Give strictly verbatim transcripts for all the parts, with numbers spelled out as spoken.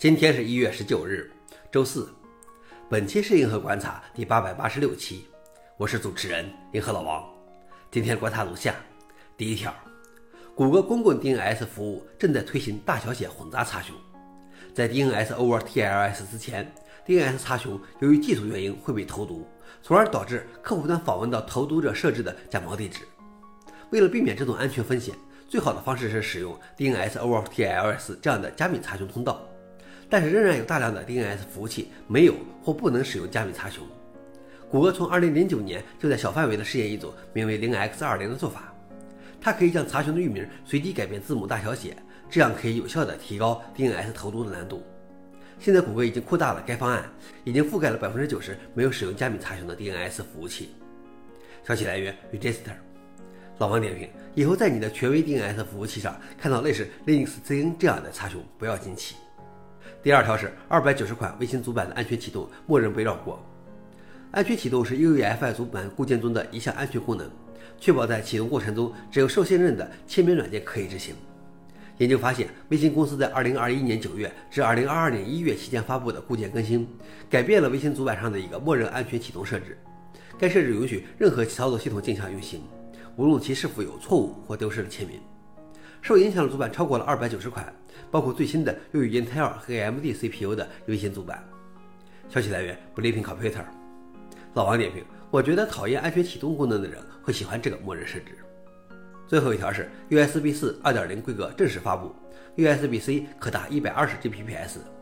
今天是一月十九日，周四。本期是银河观察第八百八十六期，我是主持人银河老王。今天观察如下：第一条，谷歌公共 D N S 服务正在推行大小写混杂查询。在 D N S over T L S 之前 ，D N S 查询由于技术原因会被投毒，从而导致客户端访问到投毒者设置的假冒地址。为了避免这种安全风险，最好的方式是使用 D N S over T L S 这样的加密查询通道。但是仍然有大量的 D N S 服务器没有或不能使用加密查询。谷歌从二零零九年就在小范围的试验一种名为 零 X 二零 的做法，它可以将查询的域名随机改变字母大小写，这样可以有效地提高 D N S 投毒的难度。现在谷歌已经扩大了该方案，已经覆盖了 百分之九十 没有使用加密查询的 D N S 服务器。消息来源 Register。老王点评：以后在你的权威 D N S 服务器上看到类似 LinuxZen 这样的查询，不要惊奇。第二条是二百九十款微型主板的安全启动默认被绕过。安全启动是 U E F I 主板固件中的一项安全功能，确保在启动过程中只有受信任的签名软件可以执行。研究发现，微信公司在二零二一年九月至二零二二年一月期间发布的固件更新，改变了微型主板上的一个默认安全启动设置。该设置允许任何操作系统镜像运行，无论其是否有错误或丢失了签名。受影响的主板超过了二百九十款，包括最新的用于 Intel 和 A M D C P U 的微型主板。消息来源 Blipping Computer。老王点评：我觉得讨厌安全启动功能的人会喜欢这个默认设置。最后一条是 U S B 四 二点零 规格正式发布 ，U S B C 可达 一百二十 G B P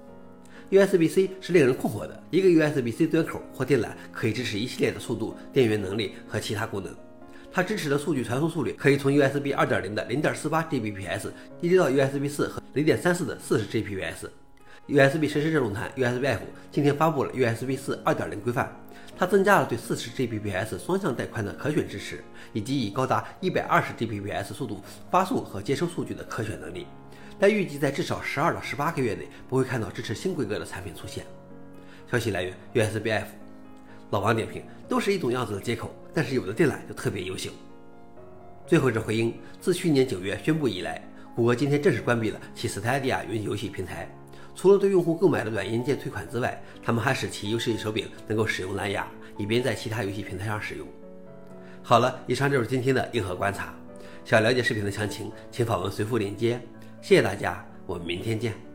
S。U S B C 是令人困惑的，一个 U S B C 端口或电缆可以支持一系列的速度、电源能力和其他功能。它支持的数据传输速率可以从 U S B 二点零 的 零点四八 G B P S 一直到 U S B 四 和 零点三四 的四十 G B P S。U S B 实时阵论坛 U S B F 今天发布了 U S B 四 二点零 规范，它增加了对四十 G B P S 双向带宽的可选支持，以及以高达一百二十 G B P S 速度发送和接收数据的可选能力。但预计在至少十二到十八个月内不会看到支持新规格的产品出现。消息来源 U S B F。老王点评：都是一种样子的接口，但是有的电缆就特别优秀。最后是回应：自去年九月宣布以来，谷歌今天正式关闭了其 Stadia 云游戏平台。除了对用户购买的软硬件退款之外，他们还使其游戏手柄能够使用蓝牙，以便在其他游戏平台上使用。好了，以上就是今天的硬核观察。想了解视频的详情，请访问随附链接。谢谢大家，我们明天见。